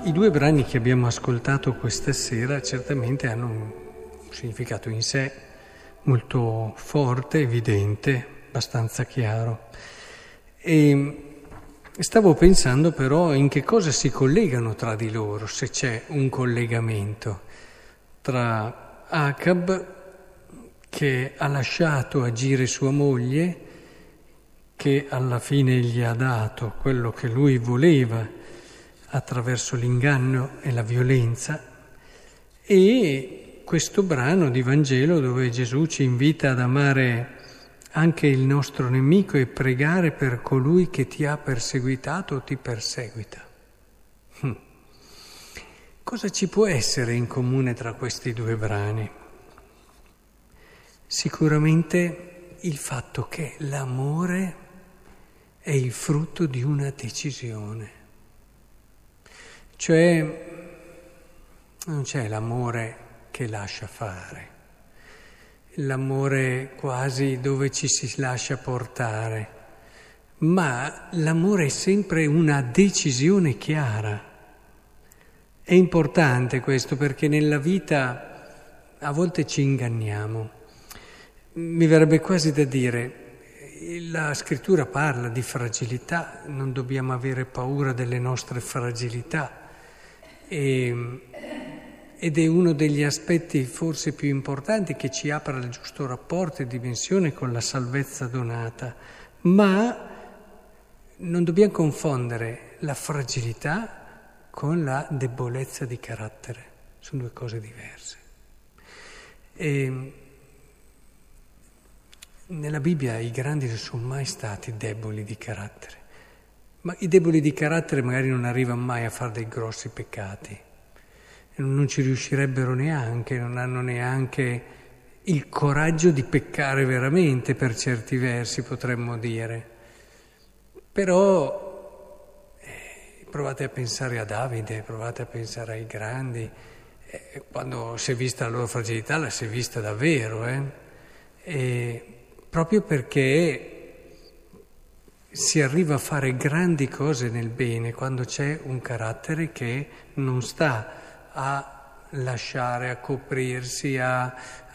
I due brani che abbiamo ascoltato questa sera certamente hanno un significato in sé molto forte, evidente, abbastanza chiaro. E stavo pensando però in che cosa si collegano tra di loro, se c'è un collegamento tra Acab, che ha lasciato agire sua moglie, che alla fine gli ha dato quello che lui voleva attraverso l'inganno e la violenza, e questo brano di Vangelo dove Gesù ci invita ad amare anche il nostro nemico e pregare per colui che ti ha perseguitato o ti perseguita. Cosa ci può essere in comune tra questi due brani? Sicuramente il fatto che l'amore è il frutto di una decisione. Cioè non c'è l'amore che lascia fare, l'amore quasi dove ci si lascia portare, ma l'amore è sempre una decisione chiara. È importante questo perché nella vita a volte ci inganniamo. Mi verrebbe quasi da dire, la scrittura parla di fragilità, non dobbiamo avere paura delle nostre fragilità. Ed è uno degli aspetti forse più importanti che ci apre al giusto rapporto e dimensione con la salvezza donata, ma non dobbiamo confondere la fragilità con la debolezza di carattere, sono due cose diverse. Nella Bibbia i grandi non sono mai stati deboli di carattere. Ma i deboli di carattere magari non arrivano mai a fare dei grossi peccati, non ci riuscirebbero neanche, non hanno neanche il coraggio di peccare veramente per certi versi, potremmo dire. Però provate a pensare a Davide, provate a pensare ai grandi, quando si è vista la loro fragilità la si è vista davvero, proprio perché si arriva a fare grandi cose nel bene quando c'è un carattere che non sta a lasciare, a coprirsi, a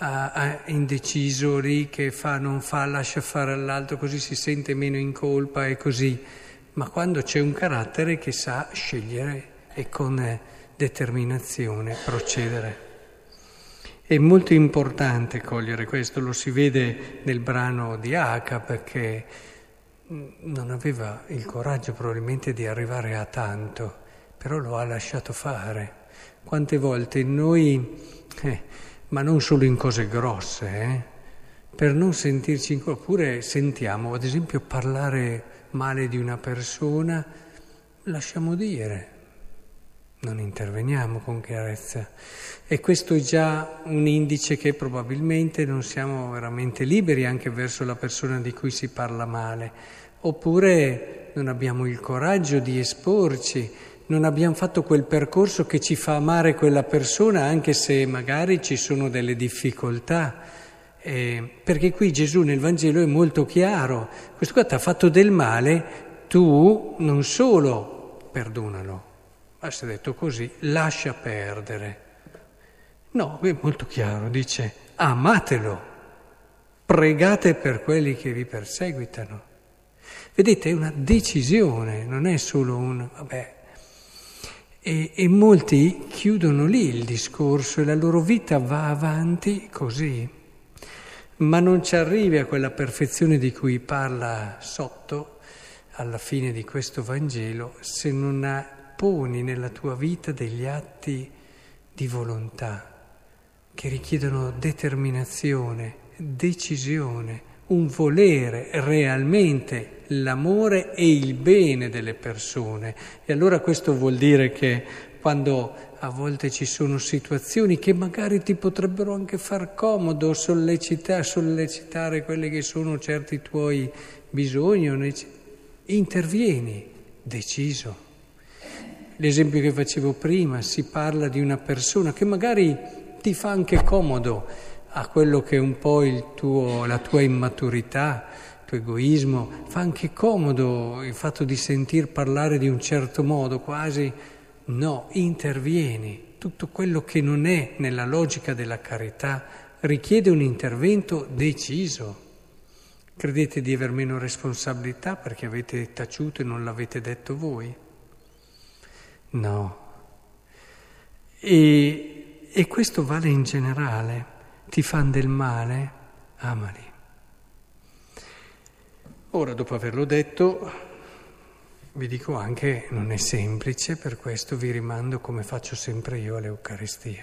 indeciso lì, che fa, non fa, lascia fare all'altro, così si sente meno in colpa e così. Ma quando c'è un carattere che sa scegliere e con determinazione procedere. È molto importante cogliere questo, lo si vede nel brano di Acab, perché non aveva il coraggio probabilmente di arrivare a tanto, però lo ha lasciato fare. Quante volte noi, ma non solo in cose grosse, per non sentirci in colpa, oppure sentiamo, ad esempio, parlare male di una persona, lasciamo dire, non interveniamo con chiarezza. E questo è già un indice che probabilmente non siamo veramente liberi anche verso la persona di cui si parla male. Oppure non abbiamo il coraggio di esporci, non abbiamo fatto quel percorso che ci fa amare quella persona anche se magari ci sono delle difficoltà. Perché qui Gesù nel Vangelo è molto chiaro, questo qua ti ha fatto del male, tu non solo perdonalo, ma si è detto così, lascia perdere. No, è molto chiaro, dice amatelo, pregate per quelli che vi perseguitano. Vedete, è una decisione, non è solo un vabbè. E molti chiudono lì il discorso e la loro vita va avanti così, ma non ci arrivi a quella perfezione di cui parla sotto, alla fine di questo Vangelo, se non poni nella tua vita degli atti di volontà che richiedono determinazione, decisione, un volere realmente l'amore e il bene delle persone. E allora questo vuol dire che quando a volte ci sono situazioni che magari ti potrebbero anche far comodo, sollecitare quelli che sono certi tuoi bisogni, intervieni, deciso. L'esempio che facevo prima, si parla di una persona che magari ti fa anche comodo a quello che è un po' la tua immaturità, il tuo egoismo, fa anche comodo il fatto di sentir parlare di un certo modo, quasi No, intervieni. Tutto quello che non è nella logica della carità richiede un intervento deciso. Credete di aver meno responsabilità perché avete taciuto e non l'avete detto voi? No. E questo vale in generale. Ti fan del male? Amali. Ora, dopo averlo detto, vi dico anche, non è semplice, per questo vi rimando, come faccio sempre io, all'Eucaristia.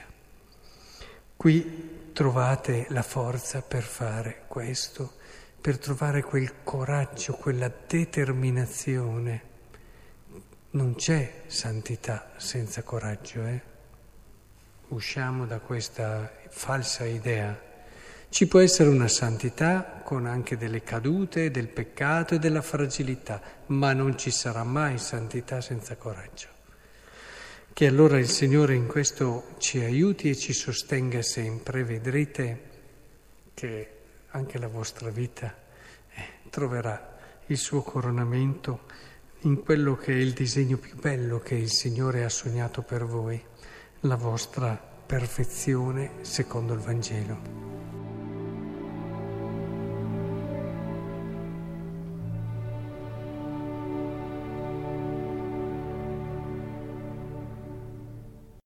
Qui trovate la forza per fare questo, per trovare quel coraggio, quella determinazione. Non c'è santità senza coraggio, Usciamo da questa falsa idea. Ci può essere una santità con anche delle cadute, del peccato e della fragilità, ma non ci sarà mai santità senza coraggio. Che allora il Signore in questo ci aiuti e ci sostenga sempre. Vedrete che anche la vostra vita troverà il suo coronamento in quello che è il disegno più bello che il Signore ha sognato per voi, la vostra perfezione secondo il Vangelo.